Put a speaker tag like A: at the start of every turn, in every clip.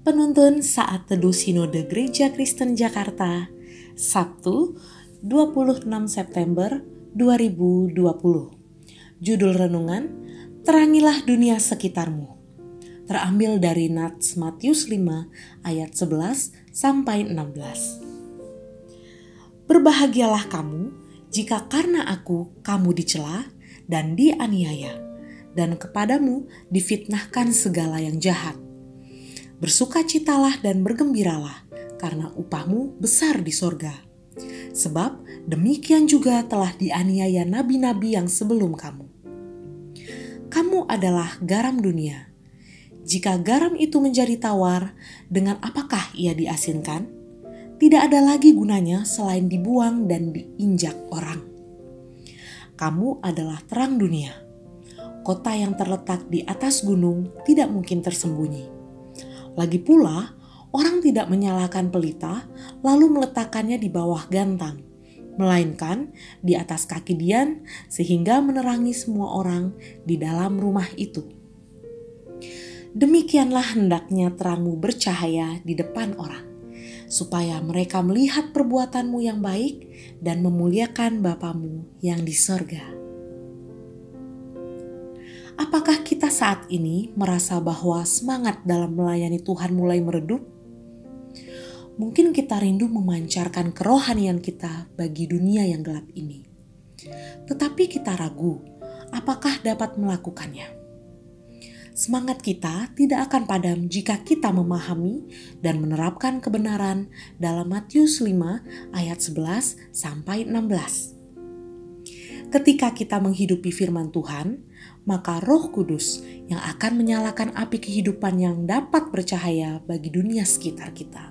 A: Penuntun Saat Teduh Sinode Gereja Kristen Jakarta, Sabtu 26 September 2020. Judul renungan, Terangilah Dunia Sekitarmu. Terambil dari Nats Matius 5 ayat 11 sampai 16. Berbahagialah kamu jika karena aku kamu dicela dan dianiaya, dan kepadamu difitnahkan segala yang jahat. Bersukacitalah dan bergembiralah, karena upahmu besar di sorga. Sebab demikian juga telah dianiaya nabi-nabi yang sebelum kamu. Kamu adalah garam dunia. Jika garam itu menjadi tawar, dengan apakah ia diasinkan? Tidak ada lagi gunanya selain dibuang dan diinjak orang. Kamu adalah terang dunia. Kota yang terletak di atas gunung tidak mungkin tersembunyi. Lagi pula, orang tidak menyalakan pelita lalu meletakkannya di bawah gantang, melainkan di atas kaki dian sehingga menerangi semua orang di dalam rumah itu. Demikianlah hendaknya terangmu bercahaya di depan orang, supaya mereka melihat perbuatanmu yang baik dan memuliakan Bapamu yang di sorga. Apakah kita saat ini merasa bahwa semangat dalam melayani Tuhan mulai meredup? Mungkin kita rindu memancarkan kerohanian kita bagi dunia yang gelap ini. Tetapi kita ragu, apakah dapat melakukannya? Semangat kita tidak akan padam jika kita memahami dan menerapkan kebenaran dalam Matius 5 ayat 11 sampai 16. Ketika kita menghidupi firman Tuhan, maka Roh Kudus yang akan menyalakan api kehidupan yang dapat bercahaya bagi dunia sekitar kita.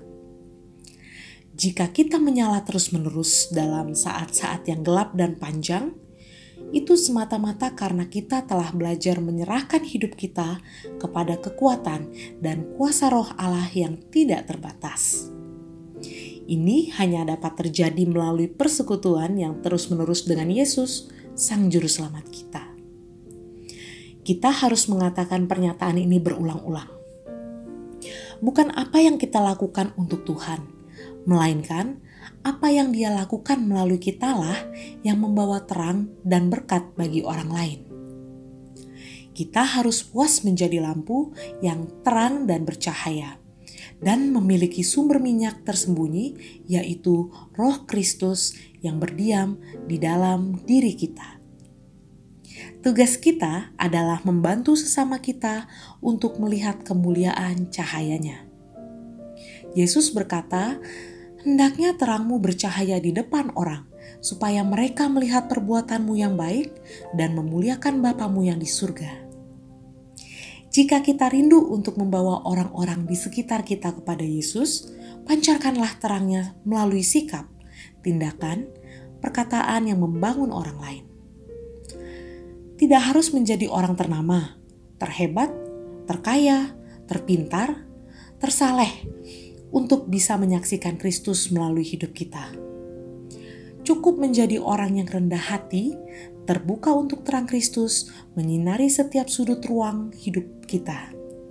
A: Jika kita menyala terus-menerus dalam saat-saat yang gelap dan panjang, itu semata-mata karena kita telah belajar menyerahkan hidup kita kepada kekuatan dan kuasa Roh Allah yang tidak terbatas. Ini hanya dapat terjadi melalui persekutuan yang terus-menerus dengan Yesus, Sang Juru Selamat kita. Kita harus mengatakan pernyataan ini berulang-ulang. Bukan apa yang kita lakukan untuk Tuhan, melainkan apa yang Dia lakukan melalui kitalah yang membawa terang dan berkat bagi orang lain. Kita harus puas menjadi lampu yang terang dan bercahaya, dan memiliki sumber minyak tersembunyi, yaitu Roh Kristus yang berdiam di dalam diri kita. Tugas kita adalah membantu sesama kita untuk melihat kemuliaan cahayanya. Yesus berkata, "Hendaknya terangmu bercahaya di depan orang, supaya mereka melihat perbuatanmu yang baik dan memuliakan Bapamu yang di surga." Jika kita rindu untuk membawa orang-orang di sekitar kita kepada Yesus, pancarkanlah terangnya melalui sikap, tindakan, perkataan yang membangun orang lain. Tidak harus menjadi orang ternama, terhebat, terkaya, terpintar, tersaleh untuk bisa menyaksikan Kristus melalui hidup kita. Cukup menjadi orang yang rendah hati, terbuka untuk terang Kristus, menyinari setiap sudut ruang hidup kita.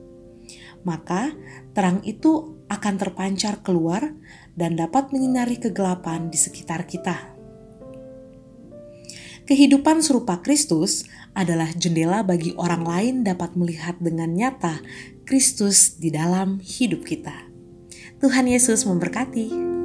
A: Maka terang itu akan terpancar keluar dan dapat menyinari kegelapan di sekitar kita. Kehidupan serupa Kristus adalah jendela bagi orang lain dapat melihat dengan nyata Kristus di dalam hidup kita. Tuhan Yesus memberkati.